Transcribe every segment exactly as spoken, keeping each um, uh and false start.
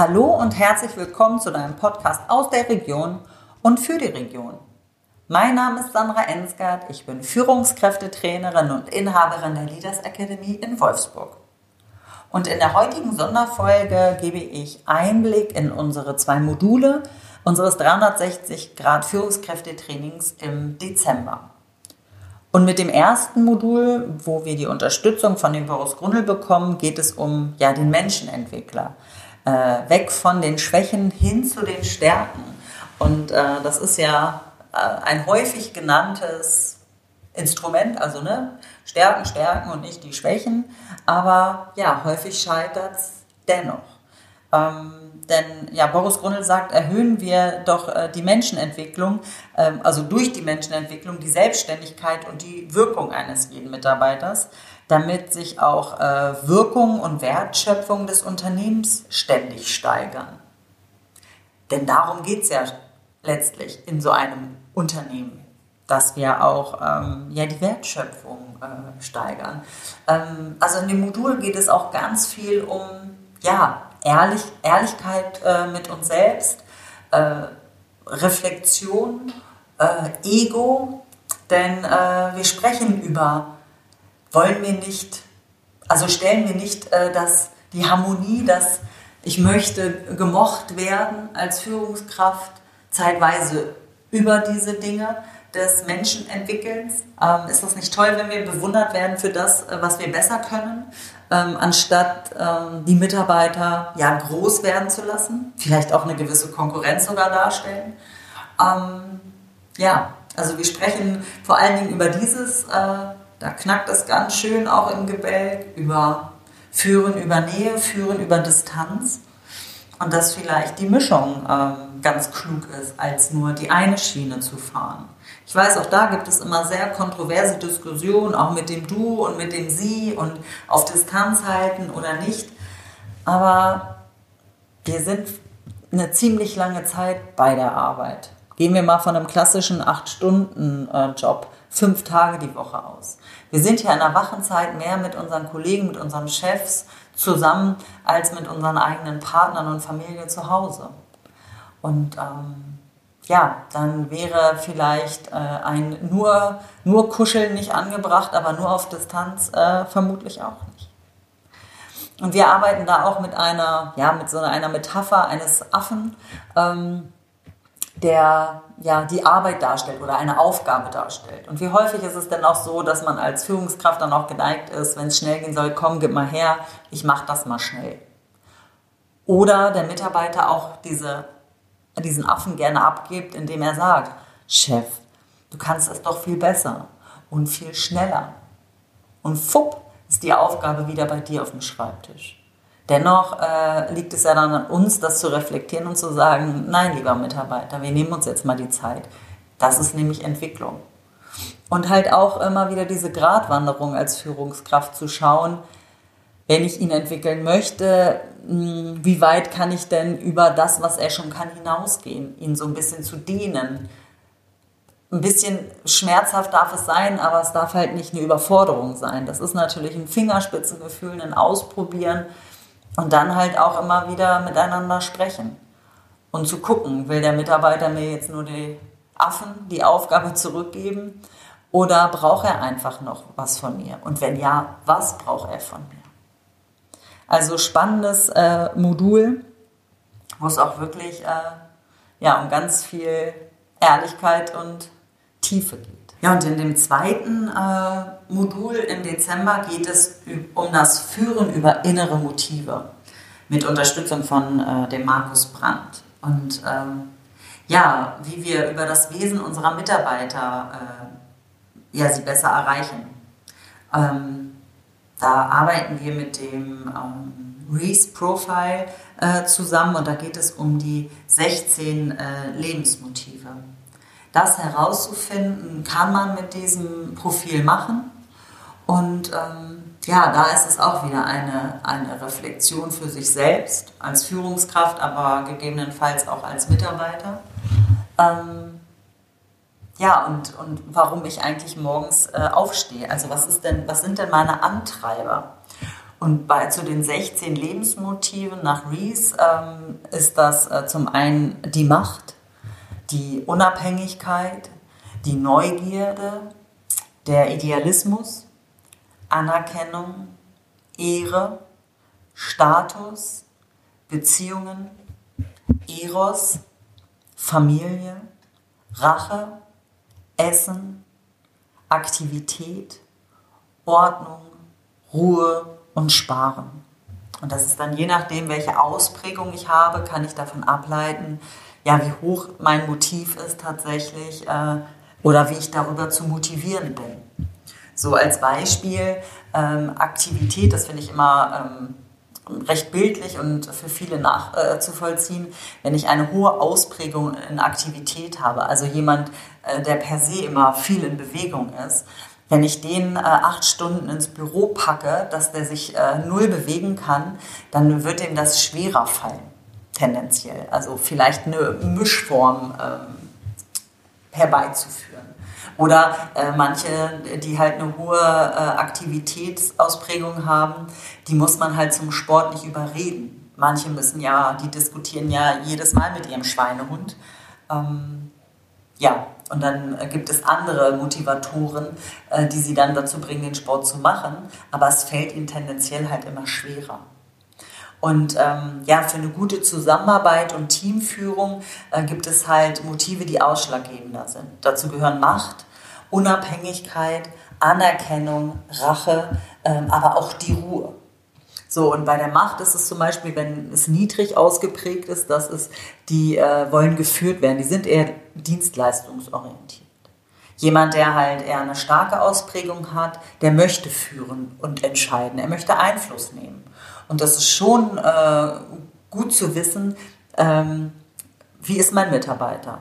Hallo und herzlich willkommen zu deinem Podcast aus der Region und für die Region. Mein Name ist Sandra Ensgard, ich bin Führungskräftetrainerin und Inhaberin der Leaders Academy in Wolfsburg. Und in der heutigen Sonderfolge gebe ich Einblick in unsere zwei Module unseres dreihundertsechzig Grad Führungskräftetrainings im Dezember. Und mit dem ersten Modul, wo wir die Unterstützung von dem Boris Grundl bekommen, geht es um ja, den Menschenentwickler. Äh, weg von den Schwächen hin zu den Stärken. Und äh, das ist ja äh, ein häufig genanntes Instrument, also ne, Stärken, Stärken und nicht die Schwächen. Aber ja, häufig scheitert es dennoch. Ähm, denn ja, Boris Grundl sagt, erhöhen wir doch äh, die Menschenentwicklung, äh, also durch die Menschenentwicklung die Selbstständigkeit und die Wirkung eines jeden Mitarbeiters, damit sich auch äh, Wirkung und Wertschöpfung des Unternehmens ständig steigern. Denn darum geht es ja letztlich in so einem Unternehmen, dass wir auch ähm, ja, die Wertschöpfung äh, steigern. Ähm, also in dem Modul geht es auch ganz viel um ja, Ehrlich, Ehrlichkeit äh, mit uns selbst, äh, Reflexion, äh, Ego, denn äh, wir sprechen über, wollen wir nicht, also stellen wir nicht äh, das, die Harmonie, dass ich möchte gemocht werden als Führungskraft, zeitweise über diese Dinge des Menschenentwickelns. Ähm, ist das nicht toll, wenn wir bewundert werden für das, was wir besser können, ähm, anstatt ähm, die Mitarbeiter ja groß werden zu lassen, vielleicht auch eine gewisse Konkurrenz sogar darstellen. Ähm, ja, also wir sprechen vor allen Dingen über dieses, äh, da knackt es ganz schön auch im Gebälk, über Führen über Nähe, Führen über Distanz und dass vielleicht die Mischung ähm, ganz klug ist, als nur die eine Schiene zu fahren. Ich weiß, auch da gibt es immer sehr kontroverse Diskussionen, auch mit dem Du und mit dem Sie und auf Distanz halten oder nicht. Aber wir sind eine ziemlich lange Zeit bei der Arbeit. Gehen wir mal von einem klassischen acht Stunden Job, fünf Tage die Woche aus. Wir sind ja in der Wachenzeit mehr mit unseren Kollegen, mit unseren Chefs zusammen, als mit unseren eigenen Partnern und Familie zu Hause. Und ähm, ja, dann wäre vielleicht äh, ein nur, nur Kuscheln nicht angebracht, aber nur auf Distanz äh, vermutlich auch nicht. Und wir arbeiten da auch mit einer, ja, mit so einer Metapher eines Affen, ähm, der ja die Arbeit darstellt oder eine Aufgabe darstellt. Und wie häufig ist es denn auch so, dass man als Führungskraft dann auch geneigt ist, wenn es schnell gehen soll, komm, gib mal her, ich mache das mal schnell. Oder der Mitarbeiter auch diese diesen Affen gerne abgibt, indem er sagt, Chef, du kannst es doch viel besser und viel schneller. Und fupp, ist die Aufgabe wieder bei dir auf dem Schreibtisch. Dennoch äh, liegt es ja dann an uns, das zu reflektieren und zu sagen, nein, lieber Mitarbeiter, wir nehmen uns jetzt mal die Zeit. Das ist nämlich Entwicklung. Und halt auch immer wieder diese Gratwanderung als Führungskraft zu schauen, wenn ich ihn entwickeln möchte, wie weit kann ich denn über das, was er schon kann, hinausgehen, ihn so ein bisschen zu dienen. Ein bisschen schmerzhaft darf es sein, aber es darf halt nicht eine Überforderung sein. Das ist natürlich ein Fingerspitzengefühl, ein Ausprobieren und dann halt auch immer wieder miteinander sprechen und zu gucken, will der Mitarbeiter mir jetzt nur die Affen, die Aufgabe zurückgeben oder braucht er einfach noch was von mir? Und wenn ja, was braucht er von mir? Also spannendes äh, Modul, wo es auch wirklich äh, ja, um ganz viel Ehrlichkeit und Tiefe geht. Ja, und in dem zweiten äh, Modul im Dezember geht es um das Führen über innere Motive mit Unterstützung von äh, dem Markus Brandt. Und ähm, ja, wie wir über das Wesen unserer Mitarbeiter äh, ja, sie besser erreichen. Ähm, Da arbeiten wir mit dem ähm, Reese Profile äh, zusammen und da geht es um die sechzehn äh, Lebensmotive. Das herauszufinden kann man mit diesem Profil machen und ähm, ja, da ist es auch wieder eine, eine Reflexion für sich selbst als Führungskraft, aber gegebenenfalls auch als Mitarbeiter. Ähm, Ja, und, und warum ich eigentlich morgens äh, aufstehe. Also was ist denn, was sind denn meine Antreiber? Und bei, zu den sechzehn Lebensmotiven nach Rees ähm, ist das äh, zum einen die Macht, die Unabhängigkeit, die Neugierde, der Idealismus, Anerkennung, Ehre, Status, Beziehungen, Eros, Familie, Rache, Essen, Aktivität, Ordnung, Ruhe und Sparen. Und das ist dann je nachdem, welche Ausprägung ich habe, kann ich davon ableiten, ja, wie hoch mein Motiv ist tatsächlich äh, oder wie ich darüber zu motivieren bin. So als Beispiel ähm, Aktivität, das finde ich immer ähm, recht bildlich und für viele nachzuvollziehen, äh, wenn ich eine hohe Ausprägung in Aktivität habe, also jemand, äh, der per se immer viel in Bewegung ist, wenn ich den äh, acht Stunden ins Büro packe, dass der sich äh, null bewegen kann, dann wird ihm das schwerer fallen, tendenziell. Also vielleicht eine Mischform ähm, herbeizuführen. Oder äh, manche, die halt eine hohe äh, Aktivitätsausprägung haben, die muss man halt zum Sport nicht überreden. Manche müssen ja, die diskutieren ja jedes Mal mit ihrem Schweinehund. Ähm, ja, und dann äh, gibt es andere Motivatoren, äh, die sie dann dazu bringen, den Sport zu machen. Aber es fällt ihnen tendenziell halt immer schwerer. Und ähm, ja, für eine gute Zusammenarbeit und Teamführung äh, gibt es halt Motive, die ausschlaggebender sind. Dazu gehören Macht, Unabhängigkeit, Anerkennung, Rache, ähm, aber auch die Ruhe. So, und bei der Macht ist es zum Beispiel, wenn es niedrig ausgeprägt ist, das ist, die äh, wollen geführt werden, die sind eher dienstleistungsorientiert. Jemand, der halt eher eine starke Ausprägung hat, der möchte führen und entscheiden, er möchte Einfluss nehmen. Und das ist schon äh, gut zu wissen, ähm, wie ist mein Mitarbeiter?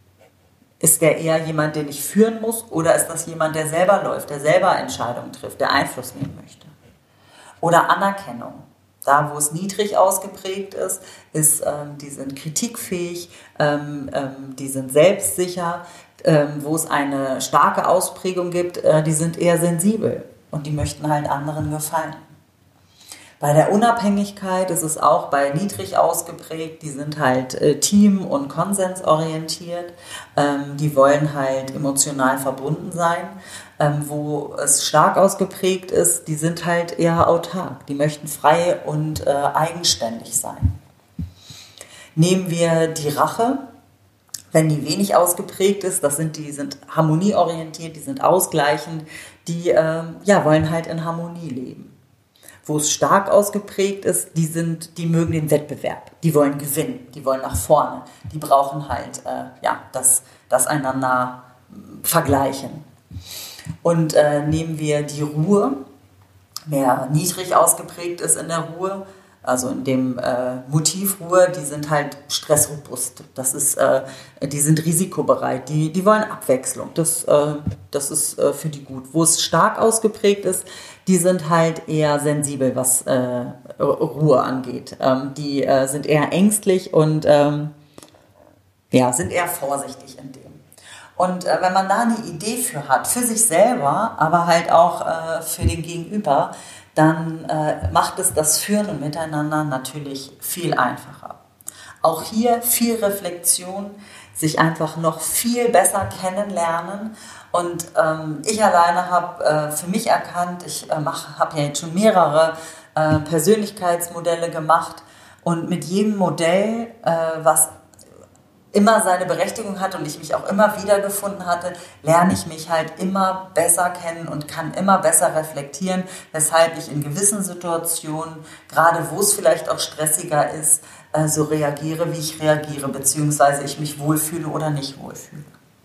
Ist der eher jemand, den ich führen muss, oder ist das jemand, der selber läuft, der selber Entscheidungen trifft, der Einfluss nehmen möchte? Oder Anerkennung. Da, wo es niedrig ausgeprägt ist, ist ähm, die sind kritikfähig, ähm, ähm, die sind selbstsicher. Ähm, wo es eine starke Ausprägung gibt, äh, die sind eher sensibel und die möchten halt anderen gefallen. Bei der Unabhängigkeit ist es auch bei niedrig ausgeprägt, die sind halt äh, team- und konsensorientiert, ähm, die wollen halt emotional verbunden sein. Ähm, wo es stark ausgeprägt ist, die sind halt eher autark, die möchten frei und äh, eigenständig sein. Nehmen wir die Rache. Wenn die wenig ausgeprägt ist, das sind die sind harmonieorientiert, die sind ausgleichend, die äh, ja, wollen halt in Harmonie leben. Wo es stark ausgeprägt ist, die sind, die mögen den Wettbewerb, die wollen gewinnen, die wollen nach vorne, die brauchen halt äh, ja, das, das einander vergleichen. Und äh, nehmen wir die Ruhe, wer niedrig ausgeprägt ist in der Ruhe, also in dem äh, Motiv Ruhe, die sind halt stressrobust. Das ist, äh, die sind risikobereit, die, die wollen Abwechslung. Das, äh, das ist äh, für die gut. Wo es stark ausgeprägt ist, die sind halt eher sensibel, was äh, Ruhe angeht. Ähm, die äh, sind eher ängstlich und ähm, ja, sind eher vorsichtig in dem. Und äh, wenn man da eine Idee für hat, für sich selber, aber halt auch äh, für den Gegenüber, dann äh, macht es das Führen und Miteinander natürlich viel einfacher. Auch hier viel Reflexion, sich einfach noch viel besser kennenlernen. Und ähm, ich alleine habe äh, für mich erkannt, ich äh, habe ja jetzt schon mehrere äh, Persönlichkeitsmodelle gemacht und mit jedem Modell, äh, was immer seine Berechtigung hatte und ich mich auch immer wiedergefunden hatte, lerne ich mich halt immer besser kennen und kann immer besser reflektieren, weshalb ich in gewissen Situationen, gerade wo es vielleicht auch stressiger ist, so reagiere, wie ich reagiere, beziehungsweise ich mich wohlfühle oder nicht wohlfühle.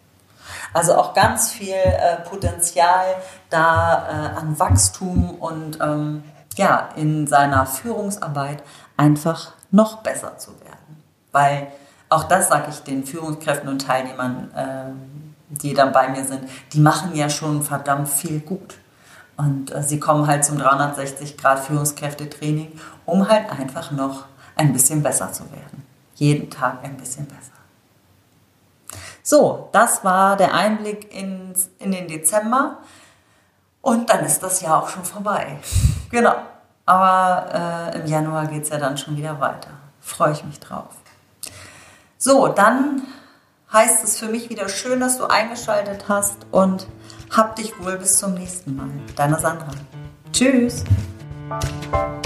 Also auch ganz viel äh, Potenzial da äh, an Wachstum und ähm, ja, in seiner Führungsarbeit einfach noch besser zu werden. Weil auch das sage ich den Führungskräften und Teilnehmern, ähm, die dann bei mir sind, die machen ja schon verdammt viel gut. Und äh, sie kommen halt zum dreihundertsechzig Grad Führungskräftetraining, um halt einfach noch ein bisschen besser zu werden. Jeden Tag ein bisschen besser. So, das war der Einblick ins, in den Dezember und dann ist das Jahr auch schon vorbei. Genau. Aber äh, im Januar geht es ja dann schon wieder weiter. Freue ich mich drauf. So, dann heißt es für mich wieder schön, dass du eingeschaltet hast und hab dich wohl bis zum nächsten Mal. Deine Sandra. Tschüss.